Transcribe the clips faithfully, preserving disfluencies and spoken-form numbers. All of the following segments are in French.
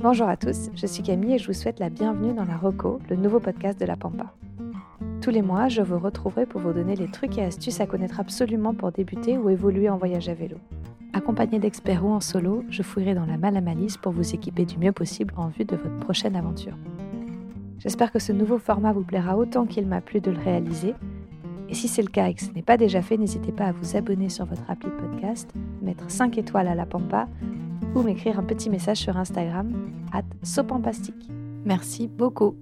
Bonjour à tous, je suis Camille et je vous souhaite la bienvenue dans La Reco, le nouveau podcast de La Pampa. Tous les mois, je vous retrouverai pour vous donner les trucs et astuces à connaître absolument pour débuter ou évoluer en voyage à vélo. Accompagné d'experts ou en solo, je fouillerai dans la malle à malice pour vous équiper du mieux possible en vue de votre prochaine aventure. J'espère que ce nouveau format vous plaira autant qu'il m'a plu de le réaliser. Et si c'est le cas et que ce n'est pas déjà fait, n'hésitez pas à vous abonner sur votre appli de podcast, mettre cinq étoiles à La Pampa ou m'écrire un petit message sur Instagram arobase sopampastique. Merci beaucoup.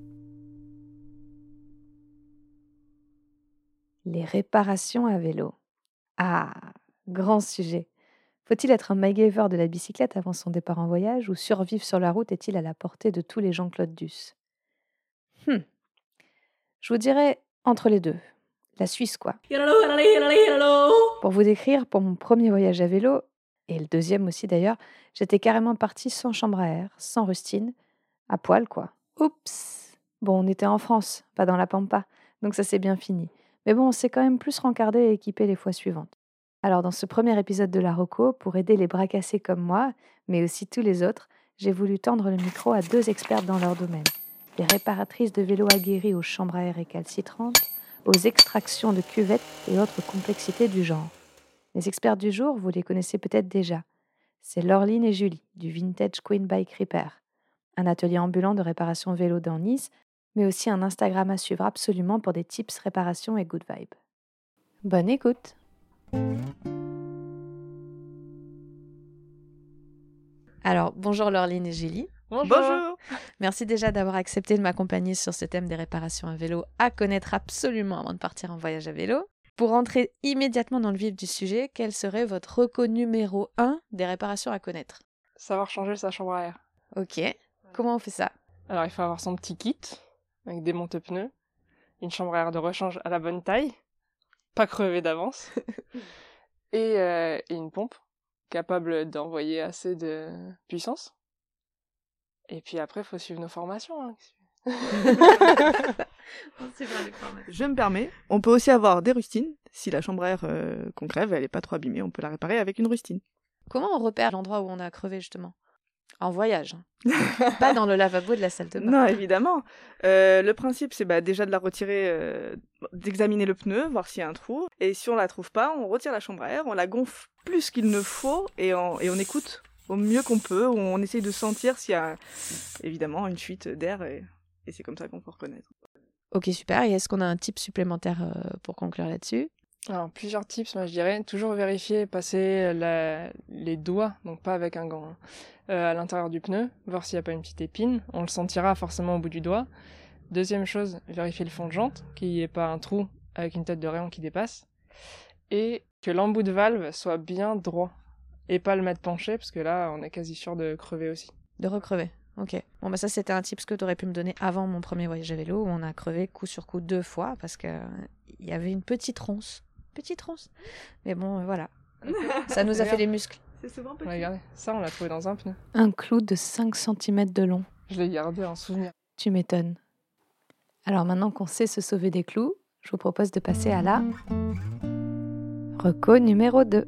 Les réparations à vélo. Ah, grand sujet. Faut-il être un MacGyver de la bicyclette avant son départ en voyage ou survivre sur la route est-il à la portée de tous les Jean-Claude Duss? Hmm. Je vous dirais entre les deux. La Suisse, quoi. Pour vous décrire, pour mon premier voyage à vélo, et le deuxième aussi d'ailleurs, j'étais carrément partie sans chambre à air, sans rustine, à poil quoi. Oups! Bon, on était en France, pas dans la Pampa, donc ça s'est bien fini. Mais bon, on s'est quand même plus rencardé et équipé les fois suivantes. Alors dans ce premier épisode de La Reco, pour aider les bras cassés comme moi, mais aussi tous les autres, j'ai voulu tendre le micro à deux expertes dans leur domaine. Des réparatrices de vélos aguerries aux chambres à air récalcitrantes, aux extractions de cuvettes et autres complexités du genre. Les experts du jour, vous les connaissez peut-être déjà. C'est Laureline et Julie, du Vintage Queen Bike Repair, un atelier ambulant de réparation vélo dans Nice, mais aussi un Instagram à suivre absolument pour des tips réparation et good vibe. Bonne écoute! Alors, bonjour Laureline et Julie. Bonjour. Bonjour. Merci déjà d'avoir accepté de m'accompagner sur ce thème des réparations à vélo à connaître absolument avant de partir en voyage à vélo. Pour rentrer immédiatement dans le vif du sujet, quel serait votre reco numéro un des réparations à connaître? Savoir changer sa chambre à air. Ok, comment on fait ça? Alors il faut avoir son petit kit, avec des monte-pneus, une chambre à air de rechange à la bonne taille, pas crevée d'avance, et, euh, et une pompe capable d'envoyer assez de puissance. Et puis après, il faut suivre nos formations. Hein. Je me permets, on peut aussi avoir des rustines. Si la chambre à air euh, qu'on crève, elle n'est pas trop abîmée, on peut la réparer avec une rustine. Comment on repère l'endroit où on a crevé justement? En voyage, hein. Pas dans le lavabo de la salle de bain. Non, évidemment. Euh, le principe, c'est bah, déjà de la retirer, euh, d'examiner le pneu, voir s'il y a un trou. Et si on la trouve pas, on retire la chambre à air, on la gonfle plus qu'il ne faut et on, et on écoute au mieux qu'on peut. On essaye de sentir s'il y a évidemment une fuite d'air et, et c'est comme ça qu'on peut reconnaître. Ok, super. Et est-ce qu'on a un tip supplémentaire euh, pour conclure là-dessus? Alors, plusieurs tips, moi je dirais. Toujours vérifier, passer la... les doigts, donc pas avec un gant, hein, euh, à l'intérieur du pneu, voir s'il n'y a pas une petite épine. On le sentira forcément au bout du doigt. Deuxième chose, vérifier le fond de jante, qu'il n'y ait pas un trou avec une tête de rayon qui dépasse. Et que l'embout de valve soit bien droit. Et pas le mettre penché, parce que là, on est quasi sûr de crever aussi. De recrever. Ok. Bon, bah ça, c'était un tip que tu aurais pu me donner avant mon premier voyage à vélo, où on a crevé coup sur coup deux fois, parce qu'il euh, y avait une petite ronce. Petite ronce. Mais bon, euh, voilà. Ça nous a fait les muscles. C'est souvent petit. Regardez, ça, on l'a trouvé dans un pneu. Un clou de cinq centimètres de long. Je l'ai gardé en souvenir. Tu m'étonnes. Alors maintenant qu'on sait se sauver des clous, je vous propose de passer à la reco numéro deux.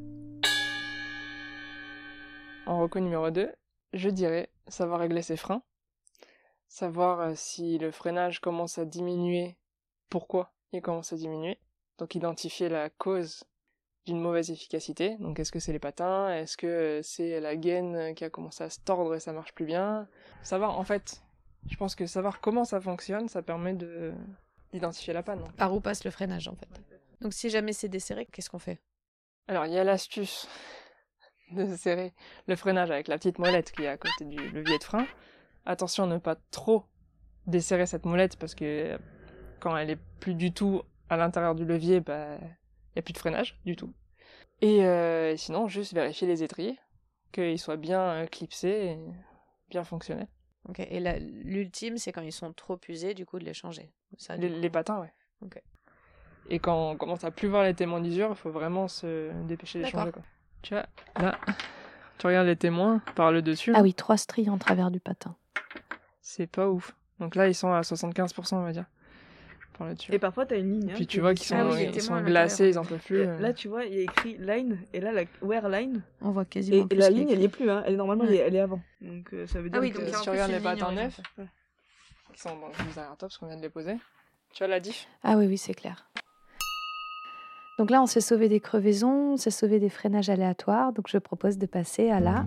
En reco numéro deux, je dirais savoir régler ses freins, savoir euh, si le freinage commence à diminuer, pourquoi il commence à diminuer, donc identifier la cause d'une mauvaise efficacité, donc est-ce que c'est les patins, est-ce que c'est la gaine qui a commencé à se tordre et ça marche plus bien, savoir en fait, je pense que savoir comment ça fonctionne, ça permet de d'identifier la panne. En fait. Par où passe le freinage en fait. Donc si jamais c'est desserré, qu'est-ce qu'on fait? Alors il y a l'astuce de serrer le freinage avec la petite molette qui est à côté du levier de frein. Attention à ne pas trop desserrer cette molette parce que quand elle est plus du tout à l'intérieur du levier, bah, il n'y a plus de freinage du tout. Et euh, sinon, juste vérifier les étriers, qu'ils soient bien euh, clipsés et bien fonctionnels. Ok. Et la, l'ultime, c'est quand ils sont trop usés, du coup, de les changer. Ça, Les, coup... les patins, ouais. Ok. Et quand on commence à plus voir les témoins d'usure, il faut vraiment se dépêcher de les changer, quoi. Tu vois, là, tu regardes les témoins par le dessus. Ah là. Oui, trois stries en travers du patin. C'est pas ouf. Donc là, ils sont à soixante-quinze pour cent, on va dire. par là-dessus. Et parfois, t'as une ligne. Et hein, puis tu qui vois dit qu'ils ça. sont, Ah oui, il y a ils des sont mots à glacés, ils en l'intérieur. peuvent plus. euh. Là, tu vois, il y a écrit line, et là, la where line. On voit Et, quasiment et plus la ce qui est ligne, elle y est écrit. plus, hein. Elle, normalement, elle, Ouais. est, elle est avant. Donc, euh, ça veut dire Ah oui, que... donc il y a si en tu plus regardes une les ligne patins neufs, horizontale. qui sont dans le Triceratops, parce qu'on vient de les poser, tu vois la diff? Ah oui, oui, c'est clair. Donc là, on s'est sauvé des crevaisons, on s'est sauvé des freinages aléatoires. Donc je propose de passer à la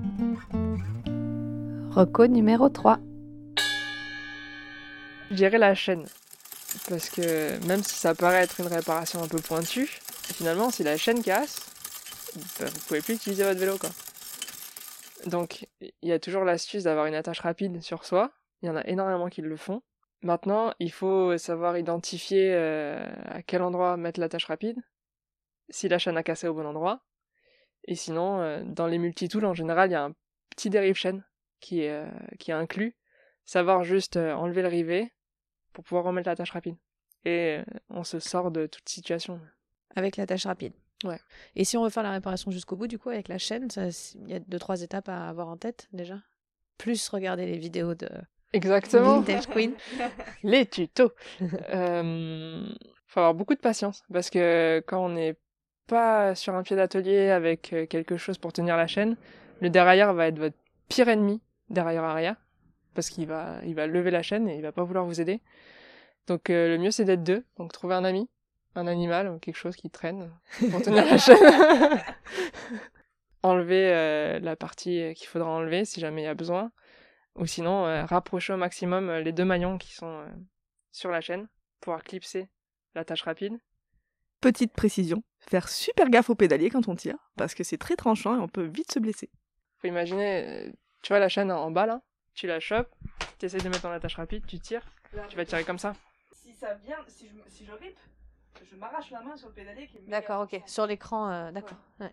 reco numéro trois. Je dirais la chaîne. Parce que même si ça paraît être une réparation un peu pointue, finalement, si la chaîne casse, bah, vous pouvez plus utiliser votre vélo, quoi. Donc, il y a toujours l'astuce d'avoir une attache rapide sur soi. Il y en a énormément qui le font. Maintenant, il faut savoir identifier euh, à quel endroit mettre l'attache rapide, si la chaîne a cassé au bon endroit. Et sinon, euh, dans les multitools, en général, il y a un petit dérive-chaîne qui est, euh, qui est inclus. Savoir juste euh, enlever le rivet pour pouvoir remettre l'attache rapide. Et euh, on se sort de toute situation. Avec la tâche rapide. Ouais. Et si on veut faire la réparation jusqu'au bout, du coup, avec la chaîne, ça, il y a deux, trois étapes à avoir en tête, déjà. Plus regarder les vidéos de Exactement. Vintage Queen. Les tutos. euh, faut avoir beaucoup de patience parce que quand on n'est pas sur un pied d'atelier avec euh, quelque chose pour tenir la chaîne, le dérailleur va être votre pire ennemi, dérailleur arrière, parce qu'il va, il va lever la chaîne et il va pas vouloir vous aider. Donc euh, le mieux c'est d'être deux, donc trouver un ami, un animal ou quelque chose qui traîne pour tenir la chaîne. Enlever euh, la partie qu'il faudra enlever si jamais il y a besoin. Ou sinon, euh, rapprocher au maximum euh, les deux maillons qui sont euh, sur la chaîne, pouvoir clipser l'attache rapide. Petite précision, faire super gaffe au pédalier quand on tire, parce que c'est très tranchant et on peut vite se blesser. Faut imaginer, euh, tu vois la chaîne en bas là, tu la chopes, tu essaies de mettre en attache rapide, tu tires, tu vas tirer comme ça. Si ça vient, si je, si je rip, je m'arrache la main sur le pédalier qui est D'accord, ok. Sur l'écran, euh, d'accord. Ouais.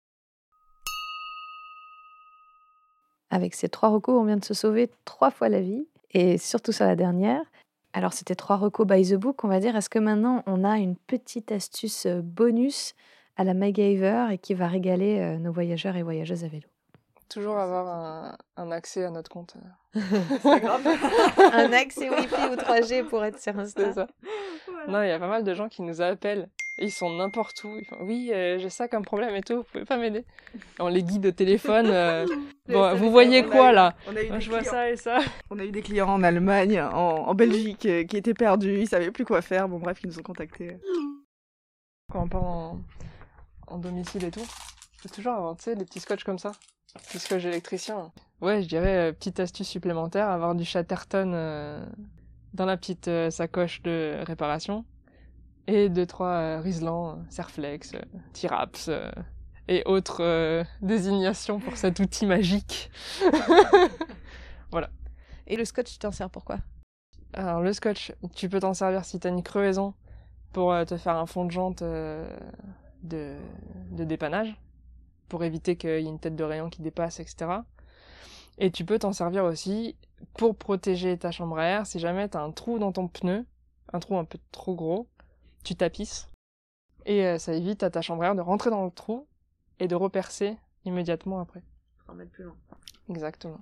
Avec ces trois recos, on vient de se sauver trois fois la vie, et surtout sur la dernière. Alors, c'était trois recos by the book, on va dire. Est-ce que maintenant, on a une petite astuce euh, bonus à la MacGyver et qui va régaler euh, nos voyageurs et voyageuses à vélo? Toujours avoir un, un accès à notre compte. C'est grave. Un accès Wi-Fi ou trois G pour être sur Insta. C'est ça. Non, il y a pas mal de gens qui nous appellent. Ils sont n'importe où. Ils font, oui, euh, j'ai ça comme problème et tout, vous pouvez pas m'aider. On les guide au téléphone. euh, bon, vous voyez On a quoi eu- là? on a eu Moi, des je vois clients. ça et ça. On a eu des clients en Allemagne, en, en Belgique, euh, qui étaient perdus, ils savaient plus quoi faire. Bon bref, ils nous ont contactés. Quand on part en, en domicile et tout, faut toujours avoir, tu sais, des petits scotch comme ça. Petit scotch électricien. Ouais, je dirais, euh, petite astuce supplémentaire, avoir du Chatterton euh, dans la petite euh, sacoche de réparation. Et deux, trois euh, Riesland, euh, Serflex, euh, Tiraps euh, et autres euh, désignations pour cet outil magique. Voilà. Et le scotch, tu t'en sers pour quoi? Alors le scotch, tu peux t'en servir si t'as une crevaison pour euh, te faire un fond de jante euh, de, de dépannage, pour éviter qu'il y ait une tête de rayon qui dépasse, et cetera. Et tu peux t'en servir aussi pour protéger ta chambre à air si jamais t'as un trou dans ton pneu, un trou un peu trop gros, tu tapisses. Et euh, ça évite à ta chambre à air de rentrer dans le trou et de repercer immédiatement après. Faut en mettre plus loin. Exactement.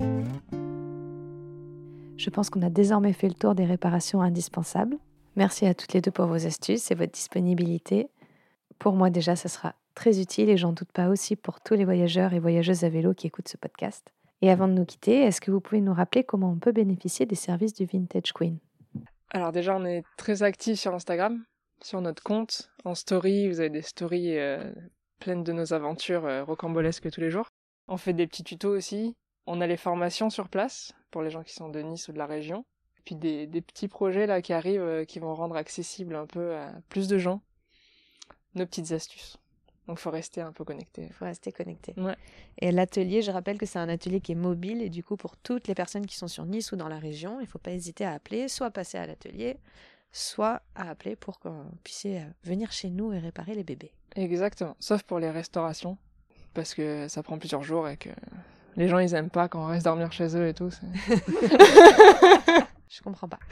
Je pense qu'on a désormais fait le tour des réparations indispensables. Merci à toutes les deux pour vos astuces et votre disponibilité. Pour moi déjà, ça sera très utile et j'en doute pas aussi pour tous les voyageurs et voyageuses à vélo qui écoutent ce podcast. Et avant de nous quitter, est-ce que vous pouvez nous rappeler comment on peut bénéficier des services du Vintage Queen? Alors déjà, on est très actifs sur Instagram, sur notre compte. En story, vous avez des stories euh, pleines de nos aventures euh, rocambolesques tous les jours. On fait des petits tutos aussi. On a les formations sur place pour les gens qui sont de Nice ou de la région. Et puis des, des petits projets là qui arrivent euh, qui vont rendre accessible un peu à plus de gens nos petites astuces. Donc faut rester un peu connecté. Il faut rester connecté. Ouais. Et l'atelier, je rappelle que c'est un atelier qui est mobile et du coup pour toutes les personnes qui sont sur Nice ou dans la région, il ne faut pas hésiter à appeler, soit passer à l'atelier, soit à appeler pour qu'on puisse venir chez nous et réparer les bébés. Exactement, sauf pour les restaurations, parce que ça prend plusieurs jours et que les gens ils aiment pas quand on reste dormir chez eux et tout. C'est... Je comprends pas.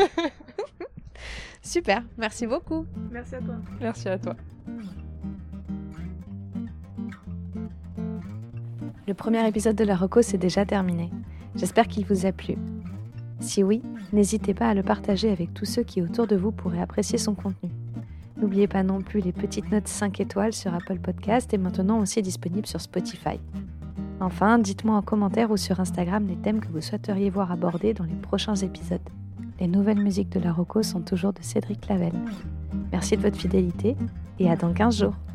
Super, merci beaucoup. Merci à toi. Merci à toi. Le premier épisode de la Reco, c'est déjà terminé. J'espère qu'il vous a plu. Si oui, n'hésitez pas à le partager avec tous ceux qui autour de vous pourraient apprécier son contenu. N'oubliez pas non plus les petites notes cinq étoiles sur Apple Podcast et maintenant aussi disponibles sur Spotify. Enfin, dites-moi en commentaire ou sur Instagram les thèmes que vous souhaiteriez voir abordés dans les prochains épisodes. Les nouvelles musiques de la Roco sont toujours de Cédric Lavelle. Merci de votre fidélité et à dans quinze jours.